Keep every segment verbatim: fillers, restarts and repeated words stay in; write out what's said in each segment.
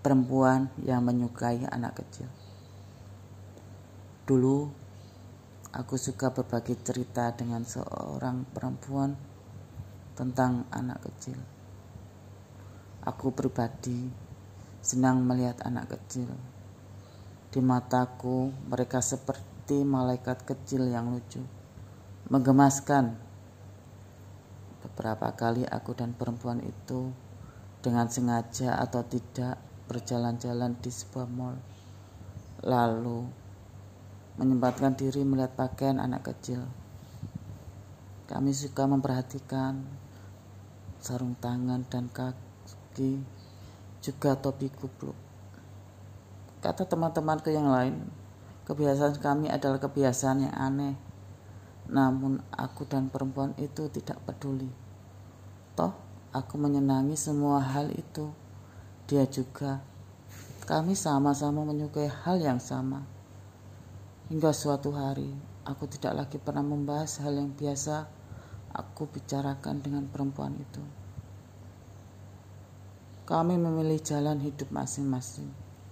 perempuan yang menyukai anak kecil. Dulu aku suka berbagi cerita dengan seorang perempuan tentang anak kecil. Aku pribadi senang melihat anak kecil. Di mataku mereka seperti malaikat kecil yang lucu, menggemaskan. Beberapa kali aku dan perempuan itu dengan sengaja atau tidak berjalan-jalan di sebuah mall, lalu menyempatkan diri melihat pakaian anak kecil. Kami suka memperhatikan sarung tangan dan kaki, juga topi kupluk. Kata teman-temanku yang lain, kebiasaan kami adalah kebiasaan yang aneh. Namun aku dan perempuan itu tidak peduli. Toh aku menyenangi semua hal itu. Dia juga. Kami sama-sama menyukai hal yang sama. Hingga suatu hari aku tidak lagi pernah membahas hal yang biasa aku bicarakan dengan perempuan itu. Kami memilih jalan hidup masing-masing.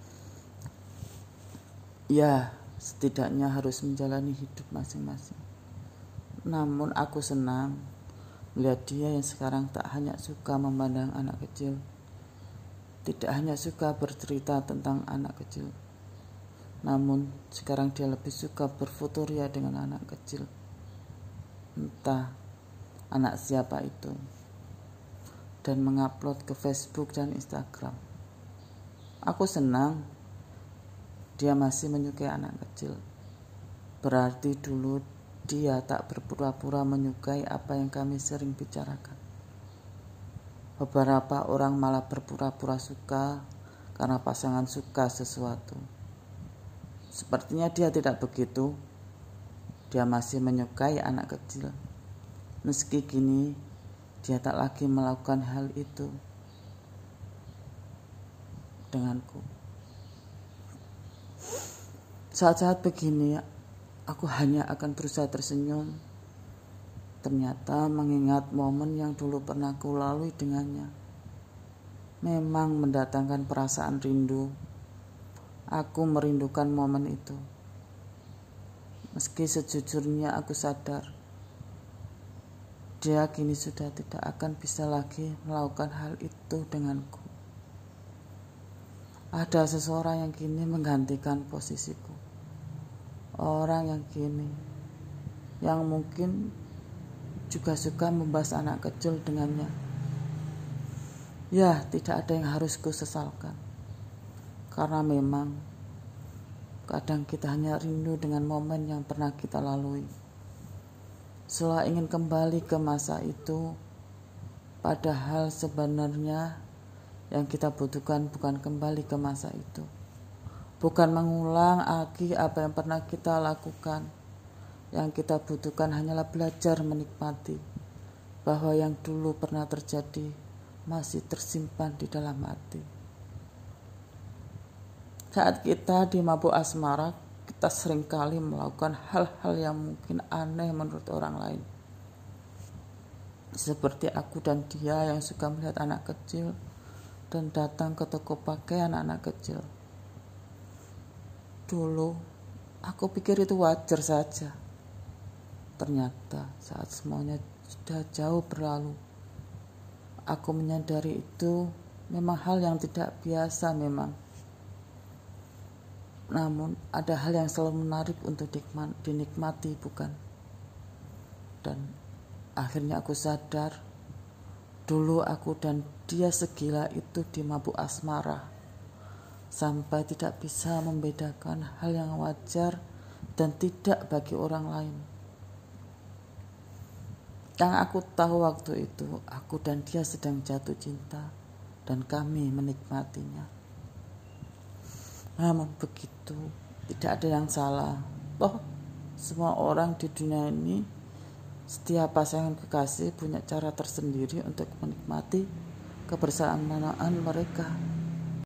Ya, setidaknya harus menjalani hidup masing-masing. Namun aku senang melihat dia yang sekarang tak hanya suka memandang anak kecil, tidak hanya suka bercerita tentang anak kecil, namun sekarang dia lebih suka berfotoria dengan anak kecil. Entah anak siapa itu, dan mengupload ke Facebook dan Instagram. Aku senang dia masih menyukai anak kecil. Berarti dulu dia tak berpura-pura menyukai apa yang kami sering bicarakan. Beberapa orang malah berpura-pura suka karena pasangan suka sesuatu. Sepertinya dia tidak begitu. Dia masih menyukai anak kecil. Meski kini dia tak lagi melakukan hal itu denganku. Saat-saat begini aku hanya akan berusaha tersenyum. Ternyata mengingat momen yang dulu pernah ku lalui dengannya memang mendatangkan perasaan rindu. Aku merindukan momen itu. Meski sejujurnya aku sadar dia kini sudah tidak akan bisa lagi melakukan hal itu denganku. Ada seseorang yang kini menggantikan posisiku. Orang yang kini yang mungkin juga suka membahas anak kecil dengannya. Ya, tidak ada yang harus kusesalkan. Karena memang kadang kita hanya rindu dengan momen yang pernah kita lalui. Seolah ingin kembali ke masa itu, padahal sebenarnya yang kita butuhkan bukan kembali ke masa itu. Bukan mengulang lagi apa yang pernah kita lakukan. Yang kita butuhkan hanyalah belajar menikmati bahwa yang dulu pernah terjadi masih tersimpan di dalam hati. Saat kita di mabuk asmara, kita seringkali melakukan hal-hal yang mungkin aneh menurut orang lain. Seperti aku dan dia yang suka melihat anak kecil dan datang ke toko pakaian anak kecil. Dulu aku pikir itu wajar saja. Ternyata saat semuanya sudah jauh berlalu, aku menyadari itu memang hal yang tidak biasa memang. Namun ada hal yang selalu menarik untuk dinikmati, bukan? Dan akhirnya aku sadar, dulu aku dan dia segila itu di mabuk asmara, sampai tidak bisa membedakan hal yang wajar dan tidak bagi orang lain. Yang aku tahu waktu itu, aku dan dia sedang jatuh cinta dan kami menikmatinya. Namun begitu, tidak ada yang salah. Toh, semua orang di dunia ini, setiap pasangan kekasih punya cara tersendiri untuk menikmati kebersamaan mereka.